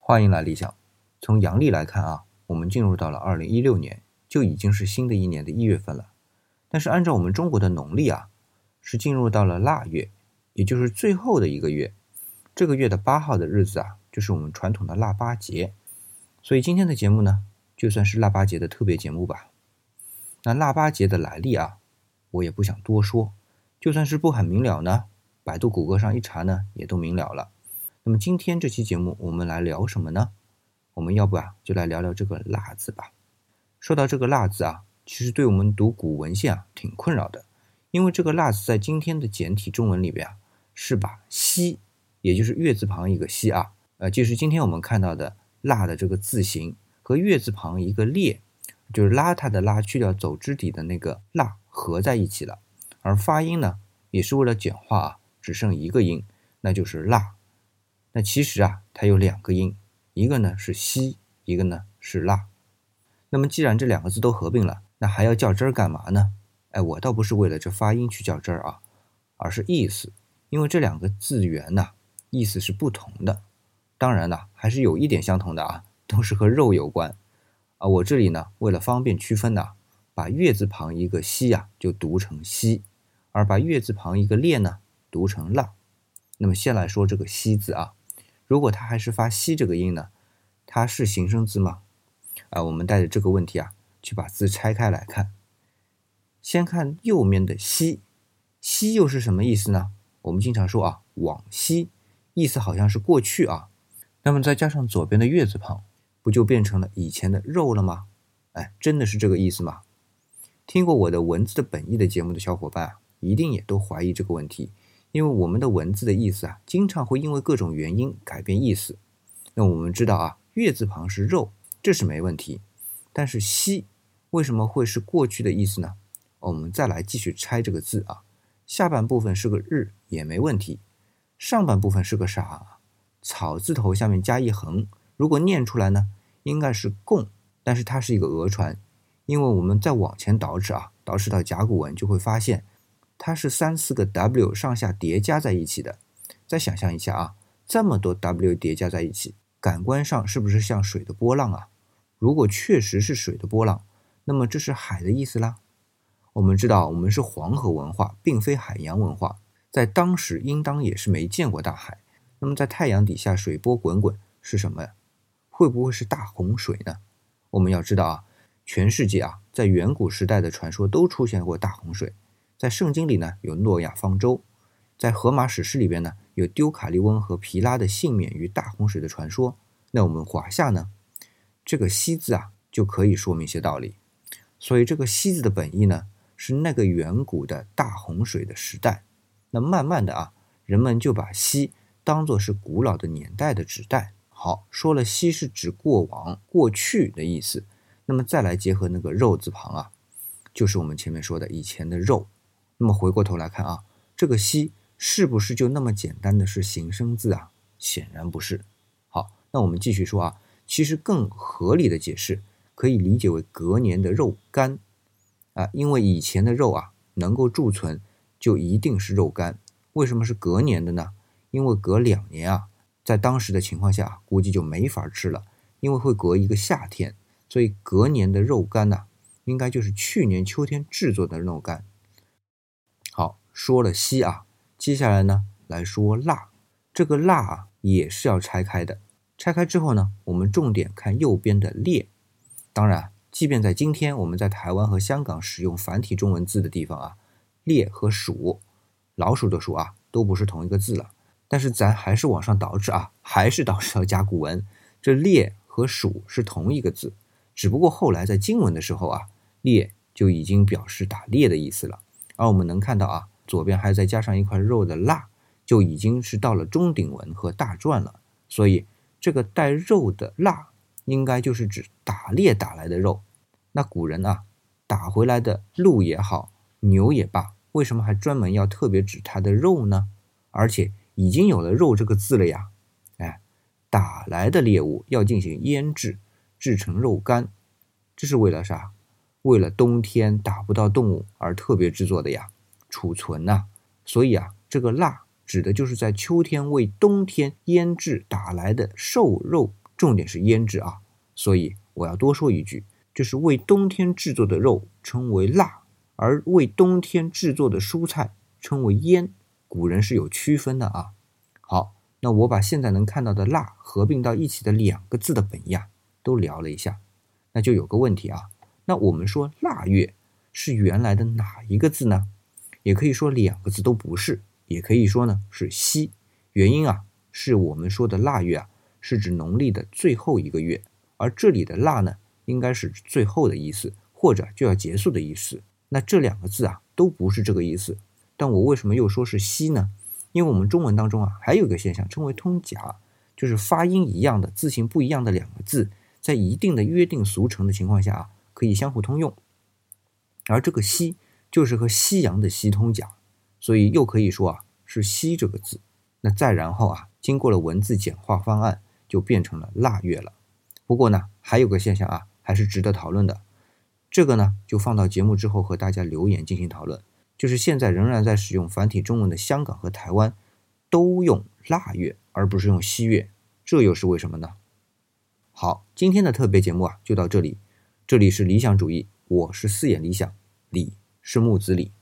欢迎来理想。从阳历来看啊，我们进入到了2016年，就已经是新的一年的1月份了。但是按照我们中国的农历啊，是进入到了腊月，也就是最后的一个月。这个月的8号的日子啊，就是我们传统的腊八节。所以今天的节目呢，就算是腊八节的特别节目吧。那腊八节的来历啊，我也不想多说，就算是不很明了呢，百度谷歌上一查呢，也都明了了。那么今天这期节目我们来聊什么呢？我们要不就来聊聊这个腊字吧。说到这个腊字啊，其实对我们读古文献挺困扰的，因为这个腊字在今天的简体中文里边是把西，也就是月字旁一个西就是今天我们看到的腊的这个字形和月字旁一个列，就是邋遢的邋去掉走之底的那个腊合在一起了。而发音呢，也是为了简化只剩一个音，那就是腊。那其实它有2个音，一个呢是西，一个呢是腊。那么既然这2个字都合并了，那还要较真儿干嘛呢？我倒不是为了这发音去较真儿而是意思，因为这2个字源意思是不同的。当然还是有一点相同的都是和肉有关我这里呢为了方便区分把月字旁一个西就读成西，而把月字旁一个列呢读成腊。那么先来说这个西字如果它还是发西这个音呢，它是形声字吗？我们带着这个问题去把字拆开来看。先看右面的西，西又是什么意思呢？我们经常说往西，意思好像是过去那么再加上左边的月字旁，不就变成了以前的肉了吗？真的是这个意思吗？听过我的文字的本意的节目的小伙伴一定也都怀疑这个问题，因为我们的文字的意思经常会因为各种原因改变意思。那我们知道月字旁是肉，这是没问题，但是西为什么会是过去的意思呢？我们再来继续拆这个字下半部分是个日也没问题，上半部分是个啥草字头下面加一横，如果念出来呢，应该是共，但是它是一个讹传，因为我们再往前倒饬倒饬到甲骨文就会发现它是3、4个 W 上下叠加在一起的。再想象一下这么多 W 叠加在一起，感官上是不是像水的波浪如果确实是水的波浪，那么这是海的意思啦。我们知道我们是黄河文化，并非海洋文化，在当时应当也是没见过大海。那么在太阳底下水波滚滚是什么？会不会是大洪水呢？我们要知道全世界在远古时代的传说都出现过大洪水。在圣经里呢有诺亚方舟，在荷马史诗里边呢有丢卡利翁和皮拉的幸免于大洪水的传说。那我们华夏呢，这个西字就可以说明些道理。所以这个西字的本意呢是那个远古的大洪水的时代。那慢慢的人们就把西当作是古老的年代的指代。好，说了西是指过往过去的意思，那么再来结合那个肉字旁就是我们前面说的以前的肉。那么回过头来看这个西是不是就那么简单的是形声字显然不是。好，那我们继续说其实更合理的解释可以理解为隔年的肉干因为以前的肉能够贮存，就一定是肉干。为什么是隔年的呢？因为隔2年在当时的情况下估计就没法吃了，因为会隔一个夏天，所以隔年的肉干应该就是去年秋天制作的肉干。好，说了西接下来呢来说腊。这个腊也是要拆开的，拆开之后呢，我们重点看右边的列。当然即便在今天我们在台湾和香港使用繁体中文字的地方列和鼠，老鼠的鼠都不是同一个字了。但是咱还是往上倒饬还是倒饬到甲骨文，这列和鼠是同一个字，只不过后来在经文的时候列就已经表示打猎的意思了。而我们能看到左边还再加上一块肉的腊，就已经是到了中鼎文和大篆了。所以这个带肉的腊应该就是指打猎打来的肉。那古人打回来的鹿也好，牛也罢，为什么还专门要特别指它的肉呢？而且已经有了肉这个字了呀。打来的猎物要进行腌制，制成肉干，这是为了啥？为了冬天打不到动物而特别制作的呀，储存所以这个腊指的就是在秋天为冬天腌制打来的瘦肉重点是腌制啊，所以我要多说一句，就是为冬天制作的肉称为腊，而为冬天制作的蔬菜称为腌，古人是有区分的啊。好，那我把现在能看到的腊合并到一起的2个字的本意啊都聊了一下，那就有个问题啊，那我们说腊月是原来的哪一个字呢？也可以说2个字都不是，也可以说呢是西。原因啊是我们说的腊月啊是指农历的最后一个月，而这里的腊呢应该是最后的意思，或者就要结束的意思。那这2个字啊都不是这个意思，但我为什么又说是西呢？因为我们中文当中啊还有一个现象称为通假，就是发音一样的字形不一样的2个字，在一定的约定俗成的情况下啊可以相互通用，而这个西就是和西洋的西通假，所以又可以说啊是西这个字。那再然后啊经过了文字简化方案就变成了腊月了。不过呢还有个现象啊还是值得讨论的，这个呢就放到节目之后和大家留言进行讨论，就是现在仍然在使用繁体中文的香港和台湾都用腊月而不是用西月，这又是为什么呢？好，今天的特别节目啊就到这里，这里是理想主义，我是四眼理想，李是木子李。